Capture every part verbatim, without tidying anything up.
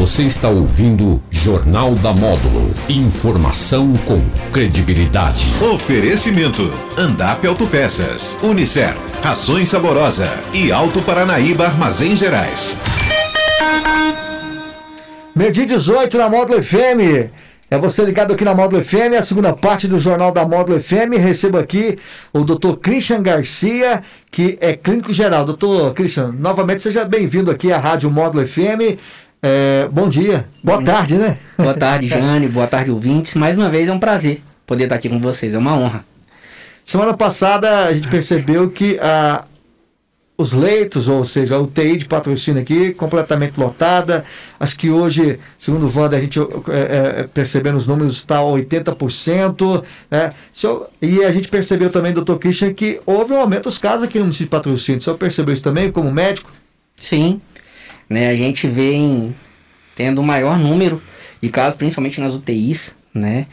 Você está ouvindo Jornal da Módulo. Informação com credibilidade. Oferecimento: Andap Autopeças, Unicer, Rações Saborosa e Alto Paranaíba Armazéns Gerais. Meio-dia dezoito na Módulo F M. É você ligado aqui na Módulo F M, a segunda parte do Jornal da Módulo F M. Recebo aqui o doutor Christian Garcia, que é clínico geral. doutor Christian, novamente seja bem-vindo aqui à Rádio Módulo F M. É, bom dia, boa bom, tarde, né? Boa tarde, Jane, boa tarde, ouvintes. Mais uma vez é um prazer poder estar aqui com vocês, é uma honra. Semana passada a gente percebeu que a... os leitos, ou seja, a U T I de patrocínio aqui, completamente lotada. Acho que hoje, segundo o Wanda, a gente é, é, percebendo os números, está a oitenta por cento. Né? Eu, e a gente percebeu também, doutor Christian, que houve um aumento dos casos aqui no município de patrocínio. O senhor percebeu isso também, como médico? Sim. Né, a gente vem tendo um maior número de casos, principalmente nas U T Is, né?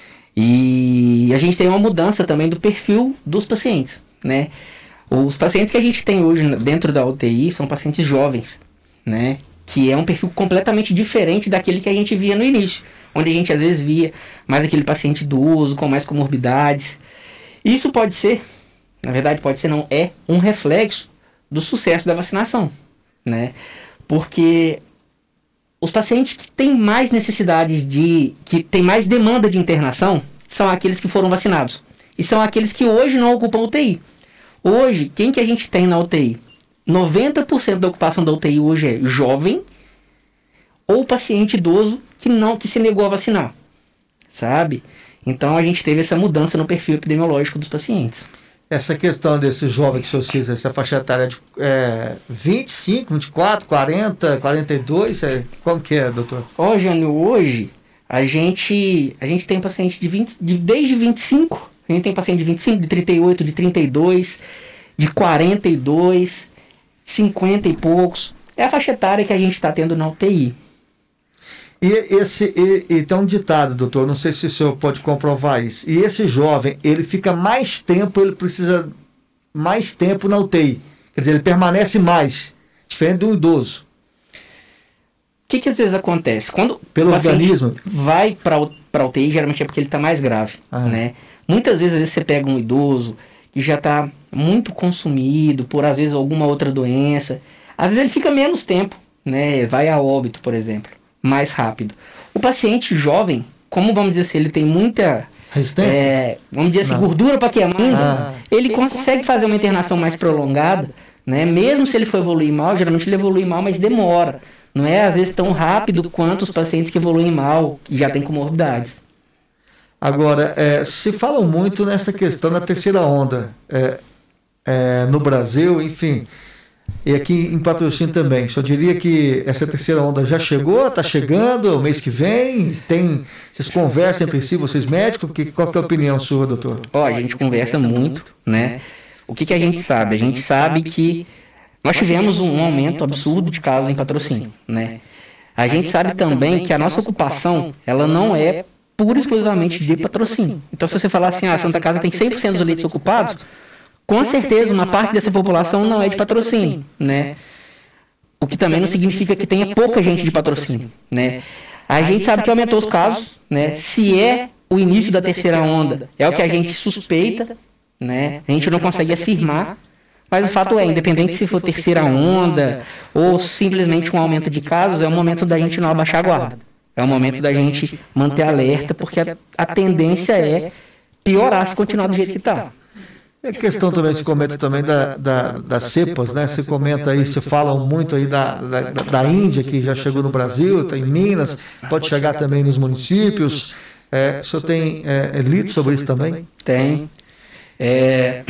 E a gente tem uma mudança também do perfil dos pacientes, né? Os pacientes que a gente tem hoje dentro da U T I são pacientes jovens, né? Que é um perfil completamente diferente daquele que a gente via no início, onde a gente às vezes via mais aquele paciente idoso, com mais comorbidades. Isso pode ser, na verdade pode ser não, é um reflexo do sucesso da vacinação, né? Porque os pacientes que têm mais necessidade de, que têm mais demanda de internação, são aqueles que foram vacinados. E são aqueles que hoje não ocupam U T I. Hoje, quem que a gente tem na U T I? noventa por cento da ocupação da U T I hoje é jovem ou paciente idoso que não que se negou a vacinar, sabe? Então a gente teve essa mudança no perfil epidemiológico dos pacientes. Essa questão desse jovem que o senhor cita, essa faixa etária de é, vinte e cinco, vinte e quatro, quarenta, quarenta e dois, é, como que é, doutor? Ó, Jânio, hoje a gente, a gente tem paciente de, vinte, de desde vinte e cinco. A gente tem paciente de vinte e cinco, de trinta e oito, de trinta e dois, de quarenta e dois, cinquenta e poucos. É a faixa etária que a gente está tendo na U T I. E esse, e, e tem um ditado, doutor, não sei se o senhor pode comprovar isso. E esse jovem, ele fica mais tempo, ele precisa mais tempo na U T I. Quer dizer, ele permanece mais, diferente do idoso. O que, que às vezes acontece? Quando Pelo o organismo vai para a U T I, geralmente é porque ele está mais grave, ah. né? Muitas vezes, às vezes você pega um idoso que já está muito consumido por, às vezes, alguma outra doença. Às vezes ele fica menos tempo, né? Vai a óbito, por exemplo, mais rápido. O paciente jovem, como vamos dizer assim, ele tem muita... resistência? É, vamos dizer assim, Não. gordura para queimar ainda, ah. ele, ele consegue fazer uma internação mais prolongada, né? Mesmo se ele for evoluir mal, geralmente ele evolui mal, mas demora. Não é, às vezes, tão rápido quanto os pacientes que evoluem mal, que já têm comorbidades. Agora, é, se fala muito nessa questão da terceira onda é, é, no Brasil, enfim, e aqui em patrocínio também. Só diria que essa terceira onda já chegou, está chegando, o mês que vem, tem, vocês conversam entre si, vocês médicos, que, qual que é a opinião sua, doutor? Ó, a gente conversa muito, né? O que, que a gente sabe? A gente sabe que nós tivemos um aumento absurdo de casos em patrocínio, né? A gente sabe também que a nossa ocupação, ela não é pura e exclusivamente de patrocínio. Então, se você falar assim, ah, a Santa Casa tem cem por cento dos leitos ocupados, com certeza uma parte dessa população não é de patrocínio, né? O que também não significa que tenha pouca gente de patrocínio, né? A gente sabe que aumentou os casos, né? Se é o início da terceira onda, é o que a gente suspeita, né? A gente não consegue afirmar, mas o fato é, independente se for terceira onda ou simplesmente um aumento de casos, é o momento da gente não abaixar a guarda. É o momento da gente manter alerta, porque a, a tendência é piorar se continuar do jeito que está. É questão também, se comenta também da, da, das cepas, né? Você comenta aí, você fala muito aí da, da, da Índia, que já chegou no Brasil, está em Minas, pode chegar também nos municípios. É, o senhor tem é, lido sobre isso também? Tem. É,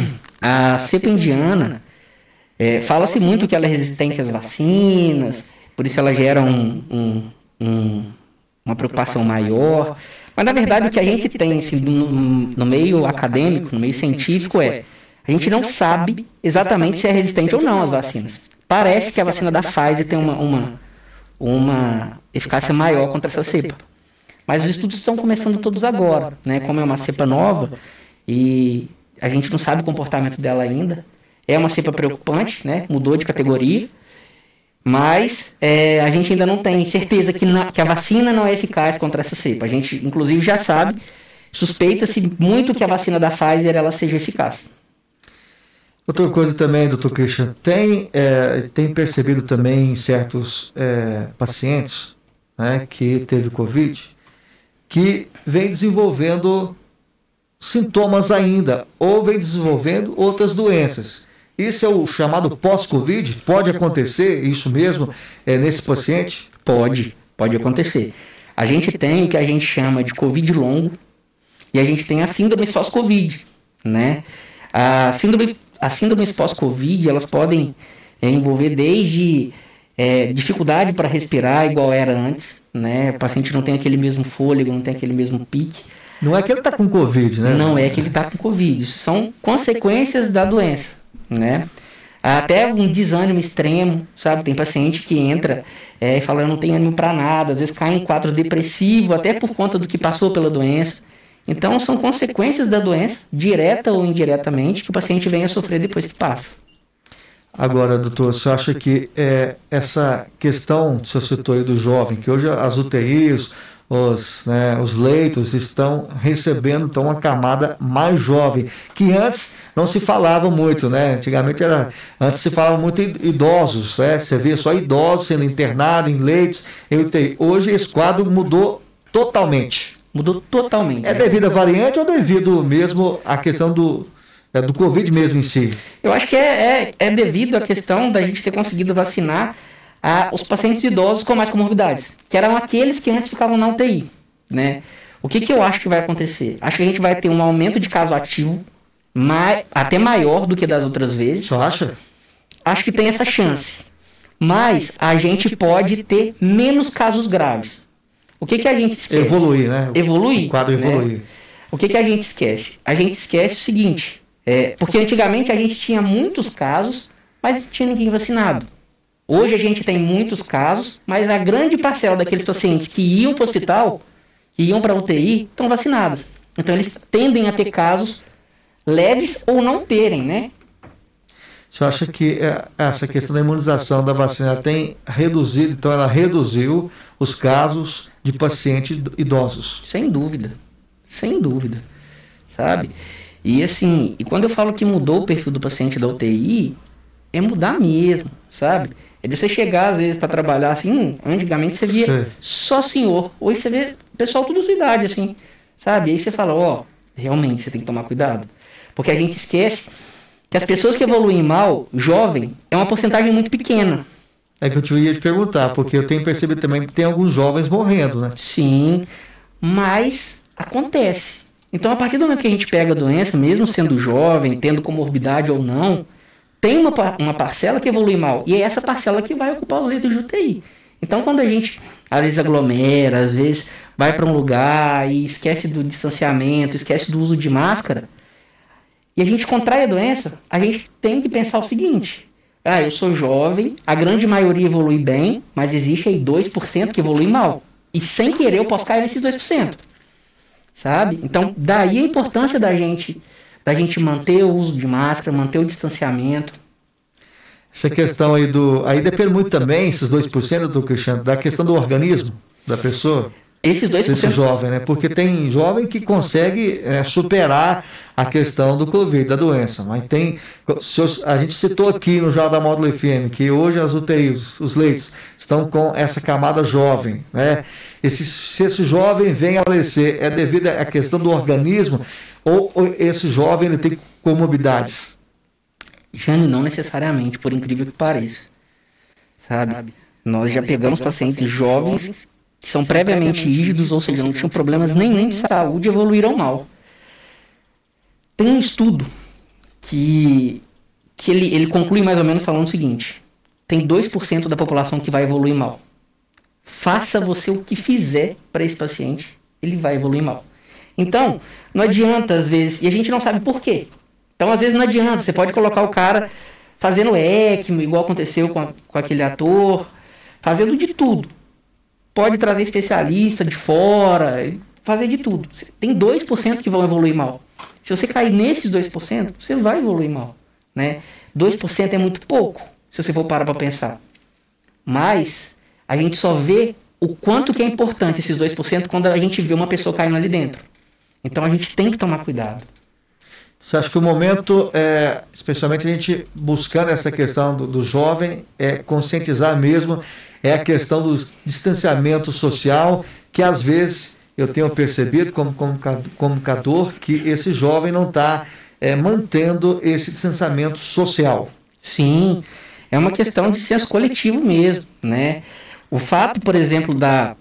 a cepa indiana, é, fala-se muito que ela é resistente às vacinas, por isso ela gera um... um Um, uma preocupação maior, mas na verdade o que a gente tem assim, no, no meio acadêmico, no meio científico é, a gente não sabe exatamente se é resistente ou não às vacinas. Parece que a vacina da Pfizer tem uma, uma, uma eficácia maior contra essa cepa, mas os estudos estão começando todos agora, né? Como é uma cepa nova e a gente não sabe o comportamento dela ainda, é uma cepa preocupante, né? Mudou de categoria. Mas é, a gente ainda não tem certeza que, na, que a vacina não é eficaz contra essa cepa. A gente, inclusive, já sabe, suspeita-se muito que a vacina da Pfizer ela seja eficaz. Outra coisa também, doutor Christian, tem, é, tem percebido também em certos é, pacientes, né, que teve Covid, que vem desenvolvendo sintomas ainda, ou vem desenvolvendo outras doenças. Isso é o chamado pós-Covid? Pode acontecer isso mesmo é, nesse paciente? Pode, pode acontecer. A gente tem o que a gente chama de Covid longo e a gente tem a síndrome pós-Covid, né? A síndrome, as síndromes pós-Covid, elas podem é, envolver desde é, dificuldade para respirar, igual era antes, né? O paciente não tem aquele mesmo fôlego, não tem aquele mesmo pique. Não é que ele está com Covid, né? Não é que ele está com Covid. Isso são consequências da doença, né? Até um desânimo extremo, sabe? Tem paciente que entra é, e fala, eu não tenho ânimo para nada. Às vezes cai em quadro depressivo, até por conta do que passou pela doença. Então, são consequências da doença, direta ou indiretamente, que o paciente vem a sofrer depois que passa. Agora, doutor, você acha que é, essa questão, que você citou aí do jovem, que hoje as U T Is, os, né, os leitos estão recebendo então, uma camada mais jovem, que antes não se falava muito, né? Antigamente era, antes se falava muito idosos, né? Você via só idosos sendo internados em leitos, em U T I. Hoje esse quadro mudou totalmente. Mudou totalmente. É devido à variante ou devido mesmo à questão do, é, do Covid mesmo em si? Eu acho que é, é, é devido à questão da gente ter conseguido vacinar a, os pacientes idosos com mais comorbidades, que eram aqueles que antes ficavam na U T I, né? O que, que eu acho que vai acontecer? Acho que a gente vai ter um aumento de caso ativo mai, até maior do que das outras vezes. Você acha? Acho que tem essa chance. Mas a gente pode ter menos casos graves. O que, que a gente esquece? Evoluir, né? Evoluir. O quadro né? evoluir. O que, que a gente esquece? A gente esquece o seguinte, é, porque antigamente a gente tinha muitos casos, mas não tinha ninguém vacinado. Hoje a gente tem muitos casos, mas a grande parcela daqueles pacientes que iam para o hospital, que iam para a U T I, estão vacinados. Então eles tendem a ter casos leves ou não terem, né? Você acha que essa questão da imunização da vacina tem reduzido, então ela reduziu os casos de pacientes idosos? Sem dúvida, sem dúvida, sabe? E assim, e quando eu falo que mudou o perfil do paciente da U T I, é mudar mesmo, sabe? É de você chegar às vezes para trabalhar assim, antigamente você via Sim. só senhor, hoje você vê pessoal tudo sua idade, assim, sabe? E aí você fala, ó, oh, realmente você tem que tomar cuidado, porque a gente esquece que as pessoas que evoluem mal, jovem, é uma porcentagem muito pequena. É que eu te ia te perguntar, porque eu tenho percebido também que tem alguns jovens morrendo, né? Sim, mas acontece. Então, a partir do momento que a gente pega a doença, mesmo sendo jovem, tendo comorbidade ou não, tem uma, uma parcela que evolui mal. E é essa parcela que vai ocupar os leitos de U T I. Então, quando a gente, às vezes, aglomera, às vezes vai para um lugar e esquece do distanciamento, esquece do uso de máscara, e a gente contrai a doença, a gente tem que pensar o seguinte, ah, eu sou jovem, a grande maioria evolui bem, mas existe aí dois por cento que evolui mal. E sem querer eu posso cair nesses dois por cento. Sabe? Então, daí a importância da gente, da gente manter o uso de máscara, manter o distanciamento. Essa questão aí do... Aí depende muito também, esses dois por cento, doutor Cristiano, da questão do organismo da pessoa. Esses dois por cento... Esse jovem, né? Porque tem jovem que consegue é, superar a questão do Covid, da doença. Mas tem... A gente citou aqui no Jornal da Módulo F M que hoje as U T Is, os leitos, estão com essa camada jovem, né? Esse, se esse jovem vem a falecer, é devido à questão do organismo ou, ou esse jovem ele tem comorbidades? Jânio, não necessariamente, por incrível que pareça. Sabe? Nós já pegamos pacientes jovens que são previamente rígidos, ou seja, não tinham problemas nenhum de saúde e evoluíram mal. Tem um estudo que, que ele, ele conclui mais ou menos falando o seguinte: tem dois por cento da população que vai evoluir mal. Faça você o que fizer para esse paciente, ele vai evoluir mal. Então, não adianta às vezes, e a gente não sabe por quê. Então, às vezes não adianta, você pode colocar o cara fazendo ECMO, igual aconteceu com, a, com aquele ator, fazendo de tudo. Pode trazer especialista de fora, fazer de tudo. Tem dois por cento que vão evoluir mal. Se você cair nesses dois por cento, você vai evoluir mal, né? dois por cento é muito pouco, se você for parar para pensar. Mas a gente só vê o quanto que é importante esses dois por cento quando a gente vê uma pessoa caindo ali dentro. Então a gente tem que tomar cuidado. Você acha que o momento, é, especialmente a gente buscando essa questão do, do jovem, é conscientizar mesmo, é a questão do distanciamento social, que às vezes eu tenho percebido como comunicador que esse jovem não está é, mantendo esse distanciamento social. Sim, é uma questão de senso coletivo mesmo, né? O fato, por exemplo, da...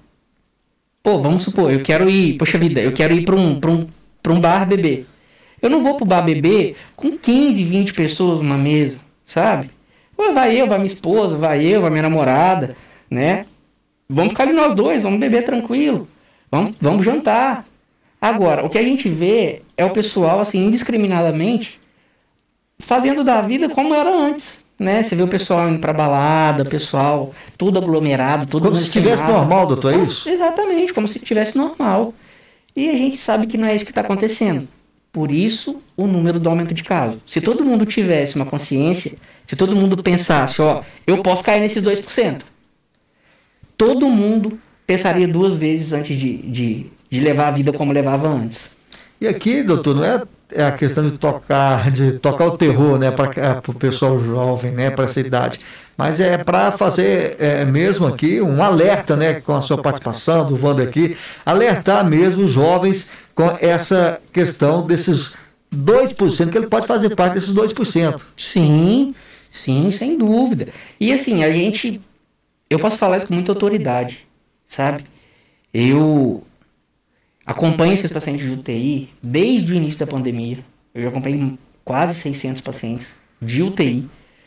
Pô, vamos supor, eu quero ir... Poxa vida, eu quero ir para um, para um, para um bar beber. Eu não vou para o bar beber com quinze, vinte pessoas numa mesa, sabe? Pô, vai eu, vai minha esposa, vai eu, vai minha namorada, né? Vamos ficar ali nós dois, vamos beber tranquilo. Vamos, vamos jantar. Agora, o que a gente vê é o pessoal, assim, indiscriminadamente, fazendo da vida como era antes. Né? Você vê o pessoal indo pra balada, o pessoal tudo aglomerado, tudo como se estivesse normal, doutor, é isso? Exatamente, como se estivesse normal. E a gente sabe que não é isso que está acontecendo. Por isso, o número do aumento de casos. Se todo mundo tivesse uma consciência, se todo mundo pensasse, ó, eu posso cair nesses dois por cento, todo mundo pensaria duas vezes antes de, de, de levar a vida como levava antes. E aqui, doutor, não é... é a questão de tocar, de tocar o terror, né, para o pessoal jovem, né, para essa idade. Mas é para fazer é, mesmo aqui um alerta, né, com a sua participação do Wander aqui, alertar mesmo os jovens com essa questão desses dois por cento, que ele pode fazer parte desses dois por cento. Sim, sim, sem dúvida. E assim, a gente, eu posso falar isso com muita autoridade, sabe? Eu... acompanho esses pacientes de U T I desde o início da pandemia. Eu já acompanhei quase seiscentos pacientes de U T I.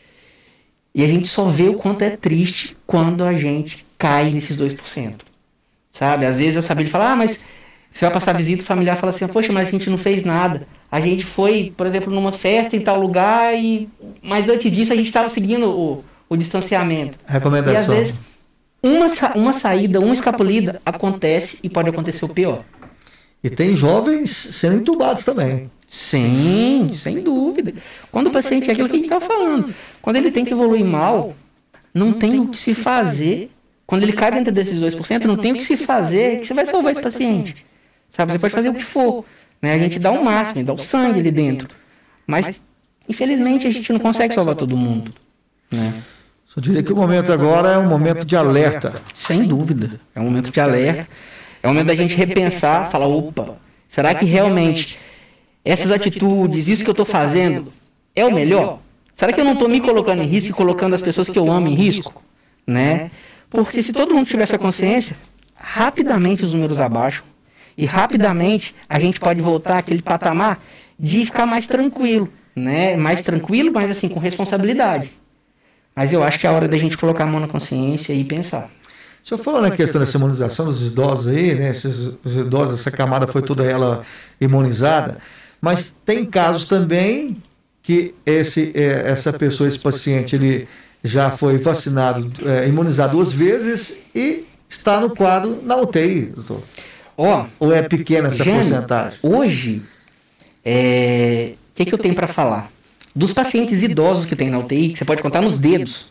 E a gente só vê o quanto é triste quando a gente cai nesses dois por cento. Sabe? Às vezes eu sabia, ele fala, ah, mas você vai passar visita, o familiar fala assim, poxa, mas a gente não fez nada. A gente foi, por exemplo, numa festa em tal lugar, e... mas antes disso a gente estava seguindo o, o distanciamento. Recomendação. E às vezes uma, uma saída, uma escapulida acontece e pode acontecer o pior. E tem jovens sendo entubados também. Sim, sem dúvida. Quando o paciente, é aquilo que a gente está falando, quando ele tem que evoluir mal, não tem o que se fazer. Quando ele cai dentro desses dois por cento, não tem o que se fazer, que você vai salvar esse paciente. Sabe, você pode fazer o que for. Né? A gente dá o máximo, dá o sangue ali dentro. Mas, infelizmente, a gente não consegue salvar todo mundo. Né? Eu diria que o momento agora é um momento de alerta. Sem dúvida. É um momento de alerta. É o momento da gente repensar, falar, opa, será que realmente essas atitudes, isso que eu estou fazendo, é o melhor? Será que eu não estou me colocando em risco e colocando as pessoas que eu amo em risco? Né? Porque se todo mundo tivesse a consciência, rapidamente os números abaixam e rapidamente a gente pode voltar àquele patamar de ficar mais tranquilo, né? Mais tranquilo, mas assim, com responsabilidade. Mas eu acho que é a hora da gente colocar a mão na consciência e pensar. O senhor falou na questão dessa imunização dos idosos aí, né? Esses, os idosos, essa camada foi toda ela imunizada, mas tem casos também que esse, é, essa pessoa, esse paciente, ele já foi vacinado, é, imunizado duas vezes e está no quadro na U T I, doutor. Ó, ou é pequena essa Jânio, porcentagem? Hoje, é, o que, que eu tenho para falar? Dos pacientes idosos que tem na U T I, que você pode contar nos dedos,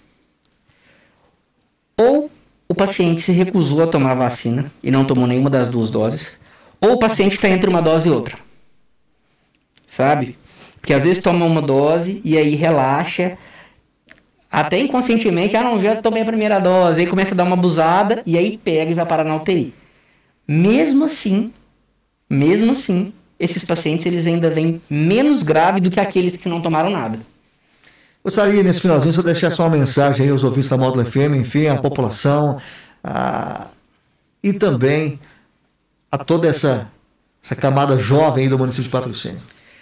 ou o paciente se recusou a tomar a vacina e não tomou nenhuma das duas doses, ou o paciente está entre uma dose e outra. Sabe? Porque às vezes toma uma dose e aí relaxa, até inconscientemente, ah não, já tomei a primeira dose, aí começa a dar uma abusada e aí pega e vai parar na U T I. Mesmo assim, mesmo assim, esses pacientes eles ainda vêm menos graves do que aqueles que não tomaram nada. Gostaria, nesse finalzinho, só deixar só uma mensagem aí aos ouvintes da Módulo F M, enfim, à população, a... e também a toda essa, essa camada jovem aí do município de Patrocínio.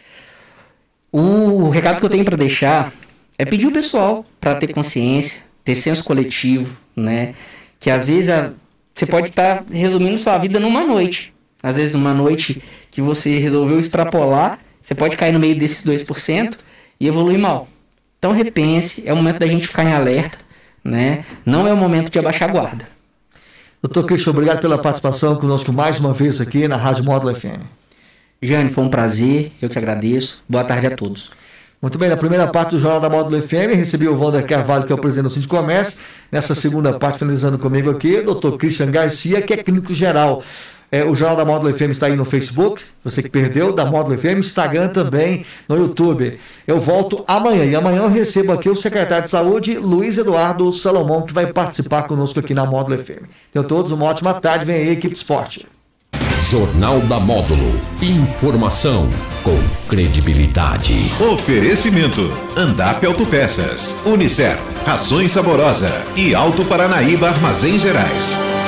O recado que eu tenho para deixar é pedir o pessoal para ter consciência, ter senso coletivo, né? Que às vezes a... você pode estar resumindo sua vida numa noite. Às vezes numa noite que você resolveu extrapolar, você pode cair no meio desses dois por cento e evoluir mal. Então repense, é o momento da gente ficar em alerta, né? Não é o momento de abaixar a guarda. doutor Christian, obrigado pela participação conosco mais uma vez aqui na Rádio Módulo F M. Jânio, foi um prazer, eu que agradeço. Boa tarde a todos. Muito bem, na primeira parte do Jornal da Módulo F M, recebi o Wander Carvalho, que é o presidente do Sindicomércio. Nessa segunda parte, finalizando comigo aqui, o doutor Christian Garcia, que é clínico geral. É, o Jornal da Módulo F M está aí no Facebook, você que perdeu, da Módulo F M, Instagram também, no YouTube. Eu volto amanhã, e amanhã eu recebo aqui o secretário de Saúde, Luiz Eduardo Salomão, que vai participar conosco aqui na Módulo F M. Tenham todos uma ótima tarde, vem aí, equipe de esporte. Jornal da Módulo. Informação com credibilidade. Oferecimento: Andap Autopeças, Unicer, Rações Saborosa e Alto Paranaíba Armazéns Gerais.